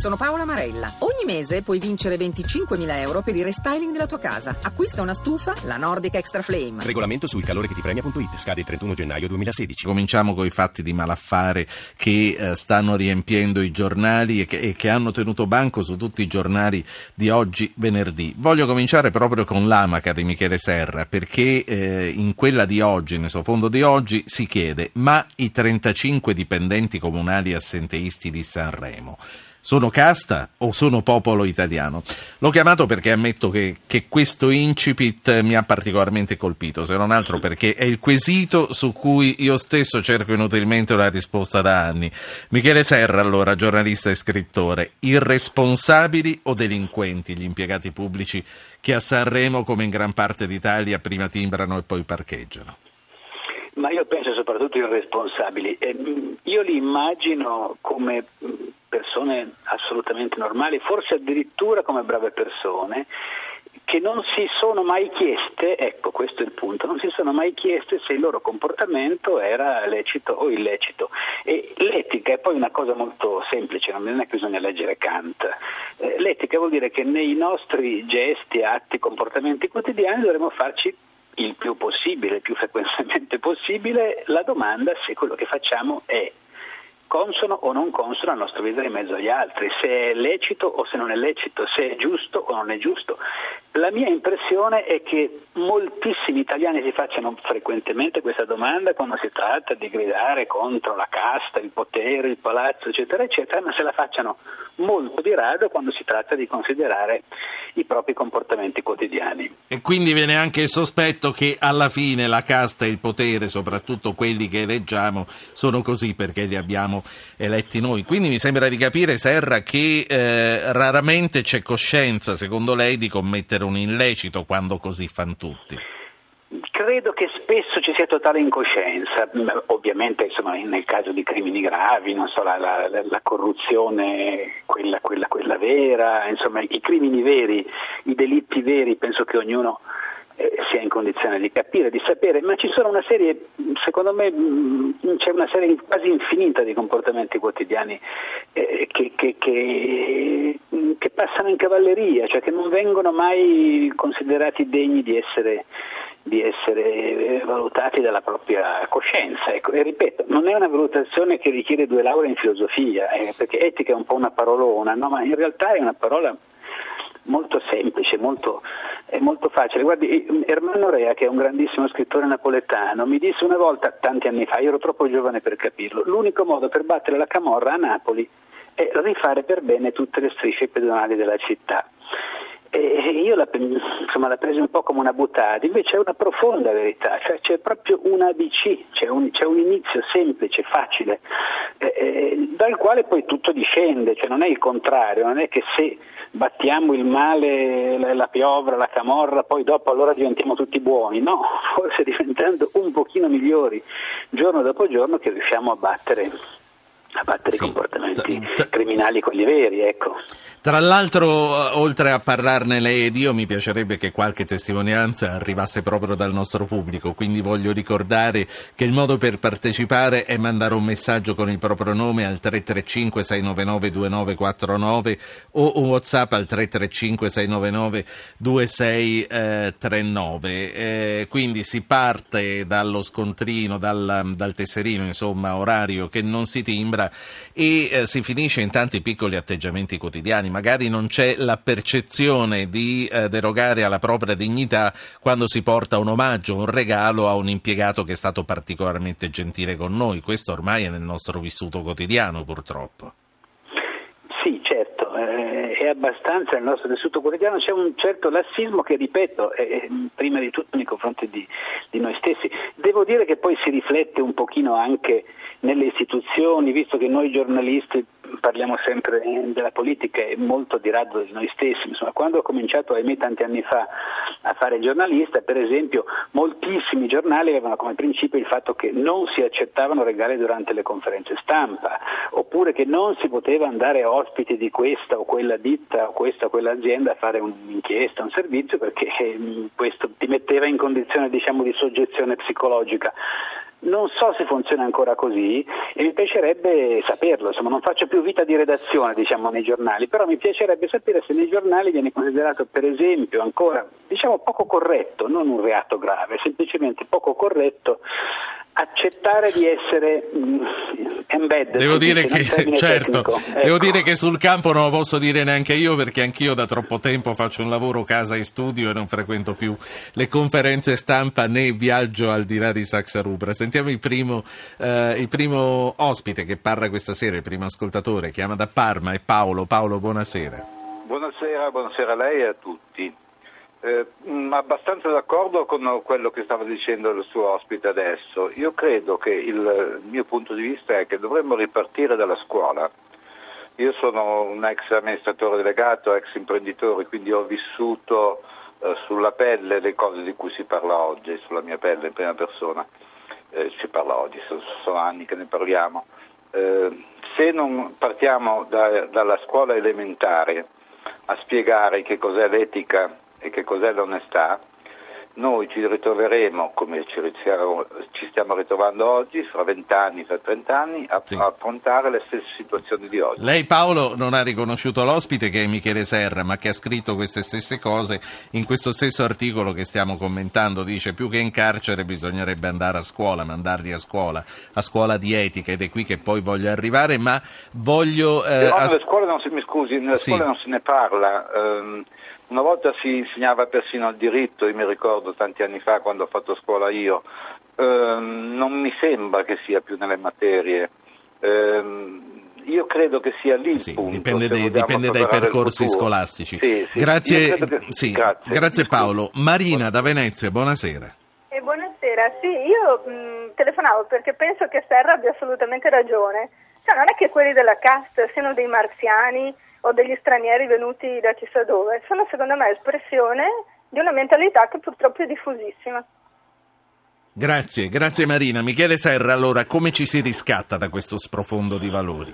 Sono Paola Marella. Ogni mese puoi vincere 25.000 euro per il restyling della tua casa. Acquista una stufa, la Nordic Extra Flame. Regolamento sul calore che ti premia.it. Scade il 31 gennaio 2016. Cominciamo con i fatti di malaffare che stanno riempiendo i giornali e che hanno tenuto banco su tutti i giornali di oggi, venerdì. Voglio cominciare proprio con l'Amaca di Michele Serra, perché in quella di oggi, nel suo fondo di oggi, si chiede: ma i 35 dipendenti comunali assenteisti di Sanremo sono casta o sono popolo italiano? L'ho chiamato perché ammetto che questo incipit mi ha particolarmente colpito, se non altro perché è il quesito su cui io stesso cerco inutilmente una risposta da anni. Michele Serra, allora, giornalista e scrittore: irresponsabili o delinquenti gli impiegati pubblici che a Sanremo, come in gran parte d'Italia, prima timbrano e poi parcheggiano? Ma io penso soprattutto irresponsabili. Io li immagino come persone assolutamente normali, forse addirittura come brave persone, che non si sono mai chieste, ecco questo è il punto, non si sono mai chieste se il loro comportamento era lecito o illecito. E l'etica è poi una cosa molto semplice, non è che bisogna leggere Kant. L'etica vuol dire che nei nostri gesti, atti, comportamenti quotidiani dovremmo farci il più possibile, il più frequentemente possibile, la domanda se quello che facciamo è consono o non consono al nostro vivere in mezzo agli altri, se è lecito o se non è lecito, se è giusto o non è giusto. La mia impressione è che moltissimi italiani si facciano frequentemente questa domanda quando si tratta di gridare contro la casta, il potere, il palazzo, eccetera, eccetera, ma se la facciano molto di rado quando si tratta di considerare i propri comportamenti quotidiani. E quindi viene anche il sospetto che alla fine la casta e il potere, soprattutto quelli che eleggiamo, sono così perché li abbiamo eletti noi. Quindi mi sembra di capire, Serra, che raramente c'è coscienza, secondo lei, di commettere un illecito quando così fanno tutti. Credo che spesso ci sia totale incoscienza, ovviamente insomma nel caso di crimini gravi, non so, la corruzione, quella vera, insomma i crimini veri, i delitti veri, penso che ognuno sia in condizione di capire, di sapere, ma ci sono una serie, secondo me c'è una serie quasi infinita di comportamenti quotidiani che passano in cavalleria, cioè che non vengono mai considerati degni di essere valutati dalla propria coscienza. Ecco. E ripeto, non è una valutazione che richiede 2 lauree in filosofia, perché etica è un po' una parolona, no? Ma in realtà è una parola molto semplice, molto facile. Guardi, Ermanno Rea, che è un grandissimo scrittore napoletano, mi disse una volta, tanti anni fa, io ero troppo giovane per capirlo: l'unico modo per battere la camorra a Napoli è rifare per bene tutte le strisce pedonali della città. E io l'ho preso un po' come una buttata, invece è una profonda verità, cioè c'è proprio un ABC, c'è un inizio semplice, facile, dal quale poi tutto discende, cioè non è il contrario, non è che se battiamo il male, la piovra, la camorra, poi dopo allora diventiamo tutti buoni, no, forse diventando un pochino migliori giorno dopo giorno che riusciamo a battere i comportamenti criminali, quelli veri, ecco. Tra l'altro, oltre a parlarne lei ed io, mi piacerebbe che qualche testimonianza arrivasse proprio dal nostro pubblico, quindi voglio ricordare che il modo per partecipare è mandare un messaggio con il proprio nome al 335 699 2949 o un WhatsApp al 335 699 2639. Quindi si parte dallo scontrino, dal tesserino, insomma, orario che non si timbra, e si finisce in tanti piccoli atteggiamenti quotidiani. Magari non c'è la percezione di derogare alla propria dignità quando si porta un omaggio, un regalo a un impiegato che è stato particolarmente gentile con noi. Questo ormai è nel nostro vissuto quotidiano, purtroppo. Sì, certo, è abbastanza nel nostro tessuto quotidiano, c'è un certo lassismo che, ripeto, prima di tutto nei confronti di noi stessi. Devo dire che poi si riflette un pochino anche nelle istituzioni, visto che noi giornalisti parliamo sempre della politica e molto di rado di noi stessi. Insomma, quando ho cominciato, ahimè, tanti anni fa a fare giornalista, per esempio, moltissimi giornali avevano come principio il fatto che non si accettavano regali durante le conferenze stampa, oppure che non si poteva andare ospiti di questa o quella ditta o questa o quella azienda a fare un'inchiesta, un servizio, perché questo ti metteva in condizione, diciamo, di soggezione psicologica. Non so se funziona ancora così e mi piacerebbe saperlo, insomma non faccio più vita di redazione nei giornali, però mi piacerebbe sapere se nei giornali viene considerato per esempio ancora poco corretto, non un reato grave, semplicemente poco corretto accettare di essere embedded. Devo dire che certo, tecnico. devo dire che sul campo non lo posso dire neanche io, perché anch'io da troppo tempo faccio un lavoro casa e studio e non frequento più le conferenze stampa né viaggio al di là di Saxa Rubra. Sentiamo il primo ospite che parla questa sera, il primo ascoltatore, chiama da Parma, è Paolo. Paolo, buonasera. Buonasera a lei e a tutti. Abbastanza d'accordo con quello che stava dicendo il suo ospite adesso. Io credo che il mio punto di vista è che dovremmo ripartire dalla scuola. Io sono un ex amministratore delegato, ex imprenditore, quindi ho vissuto sulla pelle le cose di cui si parla oggi, sulla mia pelle in prima persona. Si parla oggi, sono anni che ne parliamo. Se non partiamo dalla scuola elementare a spiegare che cos'è l'etica e che cos'è l'onestà, noi ci ritroveremo, come ci stiamo ritrovando oggi, fra 20 anni, fra 30 anni, a affrontare le stesse situazioni di oggi. Lei, Paolo, non ha riconosciuto l'ospite, che è Michele Serra, ma che ha scritto queste stesse cose in questo stesso articolo che stiamo commentando. Dice: più che in carcere bisognerebbe andare a scuola, mandarli a scuola di etica, ed è qui che poi voglio arrivare, ma voglio... Però nelle scuole nelle scuole non se ne parla. Una volta si insegnava persino il diritto, io mi ricordo tanti anni fa quando ho fatto scuola io, non mi sembra che sia più nelle materie. Io credo che sia lì il punto. Dipende dai percorsi scolastici. Grazie Paolo. Marina da Venezia, buonasera. Buonasera, io telefonavo perché penso che Serra abbia assolutamente ragione. Cioè, non è che quelli della casta siano dei marziani o degli stranieri venuti da chissà dove, sono secondo me espressione di una mentalità che purtroppo è diffusissima. Grazie Marina. Michele Serra, allora come ci si riscatta da questo sprofondo di valori?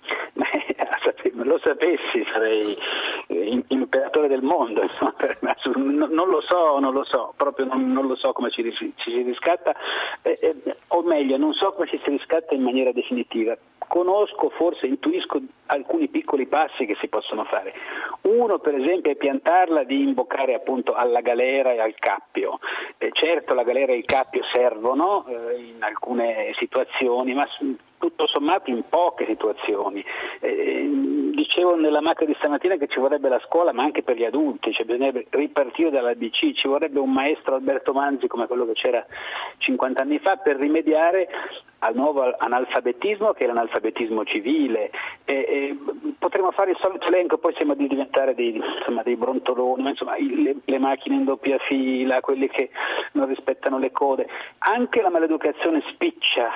Lo sapessi sarei imperatore del mondo, insomma, non lo so, proprio non lo so come ci si riscatta, o meglio non so come ci si riscatta in maniera definitiva. Conosco, forse intuisco alcuni piccoli passi che si possono fare. Uno, per esempio, è piantarla di imboccare appunto alla galera e al cappio. Certo, la galera e il cappio servono in alcune situazioni, ma tutto sommato in poche situazioni. Dicevo nella macchina di stamattina che ci vorrebbe la scuola, ma anche per gli adulti, cioè bisognerebbe ripartire dall'ABC, ci vorrebbe un maestro Alberto Manzi come quello che c'era 50 anni fa per rimediare al nuovo analfabetismo, che è l'analfabetismo civile. Potremmo fare il solito elenco, poi sembra di diventare dei brontoloni, ma insomma le macchine in doppia fila, quelli che non rispettano le code, anche la maleducazione spiccia,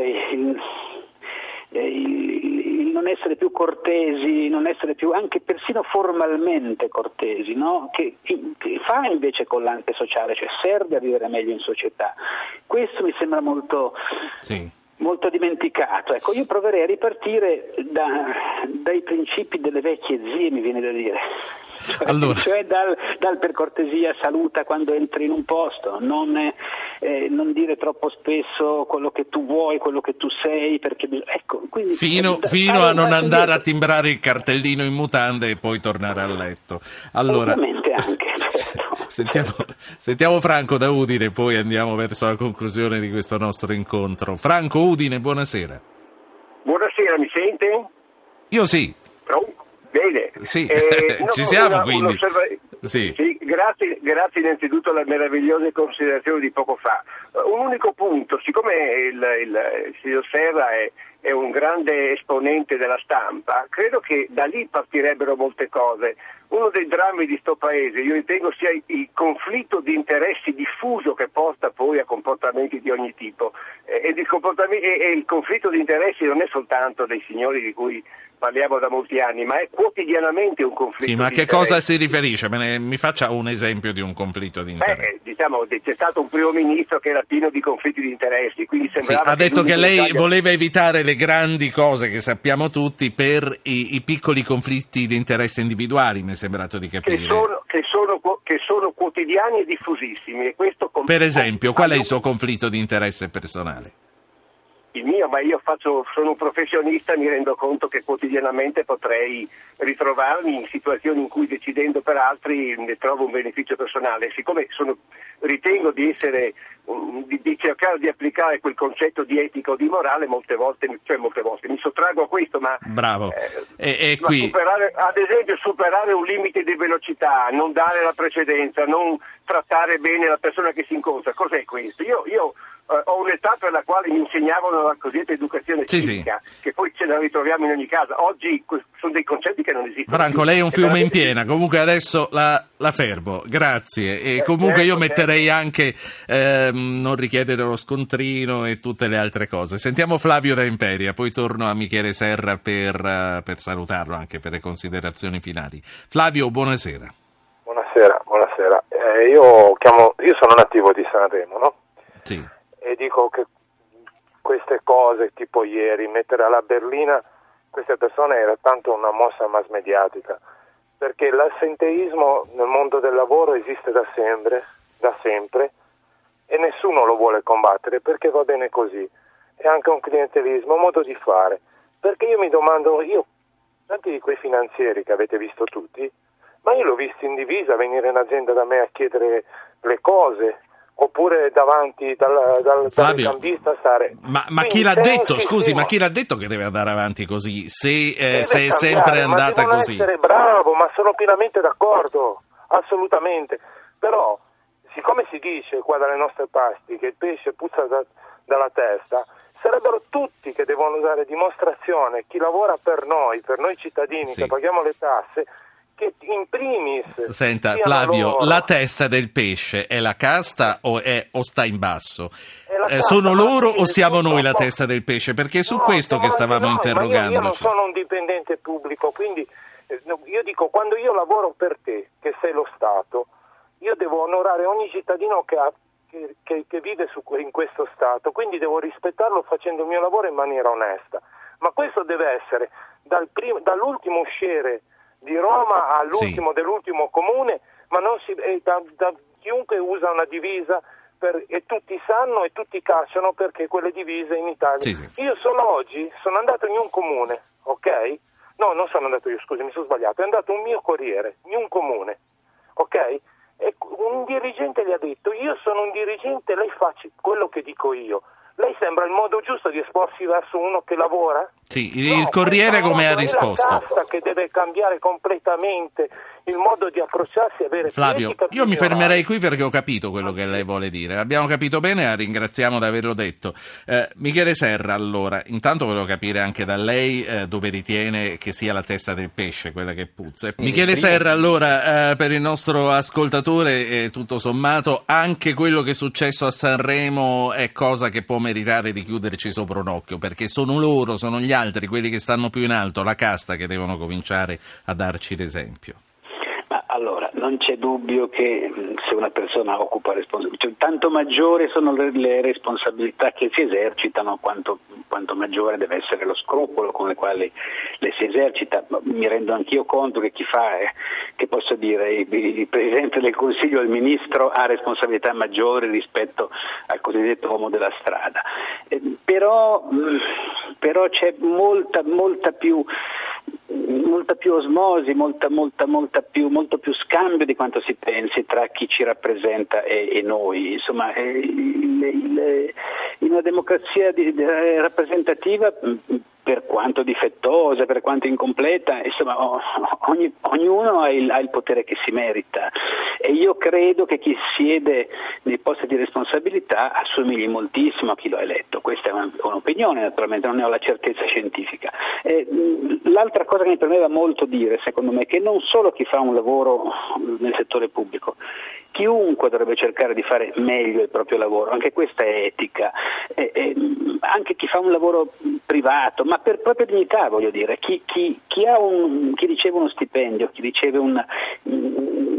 il non essere più cortesi, non essere più anche persino formalmente cortesi, no? Che fa invece collante sociale, cioè serve a vivere meglio in società. Questo mi sembra molto dimenticato. Ecco, io proverei a ripartire dai principi delle vecchie zie, mi viene da dire. Cioè dal per cortesia saluta quando entri in un posto, non dire troppo spesso quello che tu vuoi, quello che tu sei, perché quindi fino a non andare a timbrare il cartellino in mutande e poi tornare a letto. Allora, ovviamente anche, certo. Sentiamo Franco da Udine, poi andiamo verso la conclusione di questo nostro incontro. Franco, Udine, buonasera. Buonasera, mi sente? Io sì. Bene, sì, ci siamo quindi. Sì, grazie innanzitutto alle meravigliose considerazioni di poco fa. Un unico punto, siccome il signor Serra è un grande esponente della stampa, credo che da lì partirebbero molte cose. Uno dei drammi di sto paese, io ritengo, sia il conflitto di interessi diffuso che porta poi a comportamenti di ogni tipo. E il conflitto di interessi non è soltanto dei signori di cui parliamo da molti anni, ma è quotidianamente un conflitto di interessi. Sì, ma che cosa si riferisce? Mi faccia un esempio di un conflitto di interessi. C'è stato un primo ministro che era pieno di conflitti di interessi, quindi sembrava ha detto che lei voleva evitare le grandi cose che sappiamo tutti per i piccoli conflitti di interessi individuali, mi è sembrato di capire. che sono quotidiani e diffusissimi. E questo per esempio, qual è il suo conflitto di interesse personale? Il mio, ma io sono un professionista, mi rendo conto che quotidianamente potrei ritrovarmi in situazioni in cui, decidendo per altri, ne trovo un beneficio personale. Siccome ritengo di cercare di applicare quel concetto di etica o di morale, molte volte mi sottraggo a questo, ma bravo. E qui ad esempio superare un limite di velocità, non dare la precedenza, non trattare bene la persona che si incontra, cos'è questo? Io ho un'età per la quale mi insegnavano la cosiddetta educazione civica, che poi ce la ritroviamo in ogni casa. Oggi sono dei concetti che non esistono. Franco, lei è un fiume in piena, comunque adesso la fermo, grazie. E comunque io metterei anche non richiedere lo scontrino e tutte le altre cose. Sentiamo Flavio da Imperia, poi torno a Michele Serra per salutarlo anche per le considerazioni finali. Flavio, buonasera. Buonasera. Io sono nativo di Sanremo, no? Sì. E dico che queste cose, tipo ieri, mettere alla berlina queste persone era tanto una mossa mass mediatica, perché l'assenteismo nel mondo del lavoro esiste da sempre e nessuno lo vuole combattere perché va bene così. È anche un clientelismo, un modo di fare. Perché io mi domando, tanti di quei finanzieri che avete visto tutti, ma io l'ho visto in divisa venire in azienda da me a chiedere le cose, oppure davanti dal cambista stare. Ma chi l'ha detto? Scusi, ma chi l'ha detto che deve andare avanti così? Se è sempre andata così. Essere bravo, ma sono pienamente d'accordo, assolutamente. Però, siccome si dice qua dalle nostre parti che il pesce puzza dalla testa, sarebbero tutti che devono dare dimostrazione, chi lavora per noi cittadini che paghiamo le tasse, che in primis. Senta Flavio, la testa del pesce è la casta o sta in basso? Sono loro o siamo noi la testa del pesce? Perché è su questo che stavamo interrogandoci. Io non sono un dipendente pubblico, quindi io dico, quando io lavoro per te, che sei lo Stato, io devo onorare ogni cittadino che vive in questo Stato, quindi devo rispettarlo facendo il mio lavoro in maniera onesta. Ma questo deve essere dall'ultimo usciere di Roma all'ultimo dell'ultimo comune, ma non da chiunque usa una divisa e tutti sanno e tutti cacciano perché quelle divise in Italia. Io oggi sono andato in un comune, ok? No, non sono andato io, scusi, mi sono sbagliato, è andato un mio corriere in un comune, ok? E un dirigente gli ha detto, io sono un dirigente, lei fa quello che dico io. Lei sembra il modo giusto di esporsi verso uno che lavora? Sì, il Corriere come ha risposto? È la casta che deve cambiare completamente il modo di approcciarsi e avere. Flavio, io mi fermerei qui perché ho capito quello che lei vuole dire. Abbiamo capito bene, la ringraziamo di averlo detto. Michele Serra, allora, intanto volevo capire anche da lei dove ritiene che sia la testa del pesce, quella che puzza. Michele Serra, allora, per il nostro ascoltatore, tutto sommato, anche quello che è successo a Sanremo è cosa che può meritare di chiuderci sopra un occhio, perché sono gli altri, quelli che stanno più in alto, la casta, che devono cominciare a darci l'esempio. Ma allora, non c'è dubbio che se una persona occupa responsabilità, tanto maggiori sono le responsabilità che si esercitano, quanto maggiore deve essere lo scrupolo con il quale le si esercita. Mi rendo anch'io conto che chi fa, che posso dire, il Presidente del Consiglio o il Ministro ha responsabilità maggiori rispetto al cosiddetto uomo della strada. Però c'è molta più osmosi, molto più scambio di quanto si pensi tra chi ci rappresenta e noi. Insomma, in una democrazia rappresentativa, per quanto difettosa, per quanto incompleta, insomma, ognuno ha il potere che si merita, e io credo che chi siede nei posti di responsabilità assomigli moltissimo a chi lo ha eletto. Questa è un'opinione, naturalmente, non ne ho la certezza scientifica. L'altra cosa che mi premeva molto dire, secondo me, è che non solo chi fa un lavoro nel settore pubblico, chiunque dovrebbe cercare di fare meglio il proprio lavoro, anche questa è etica, anche chi fa un lavoro privato, ma per propria dignità, voglio dire, chi riceve uno stipendio, chi riceve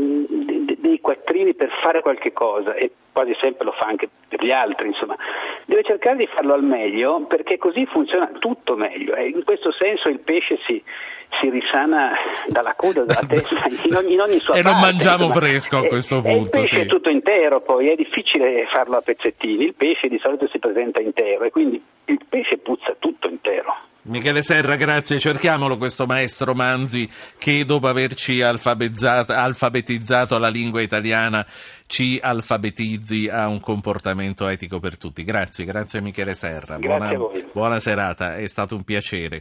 dei quattrini per fare qualche cosa, e quasi sempre lo fa anche per gli altri, insomma, deve cercare di farlo al meglio, perché così funziona tutto meglio, e in questo senso il pesce si risana dalla coda, dalla testa, in ogni sua e parte. non mangiamo fresco a questo punto. Il pesce sì. è tutto intero, poi è difficile farlo a pezzettini, il pesce di solito si presenta intero e quindi il pesce puzza tutto intero. Michele Serra, grazie. Cerchiamolo questo maestro Manzi che dopo averci alfabetizzato la lingua italiana ci alfabetizzi a un comportamento etico per tutti. Grazie Michele Serra. Grazie a voi. Buona serata, è stato un piacere.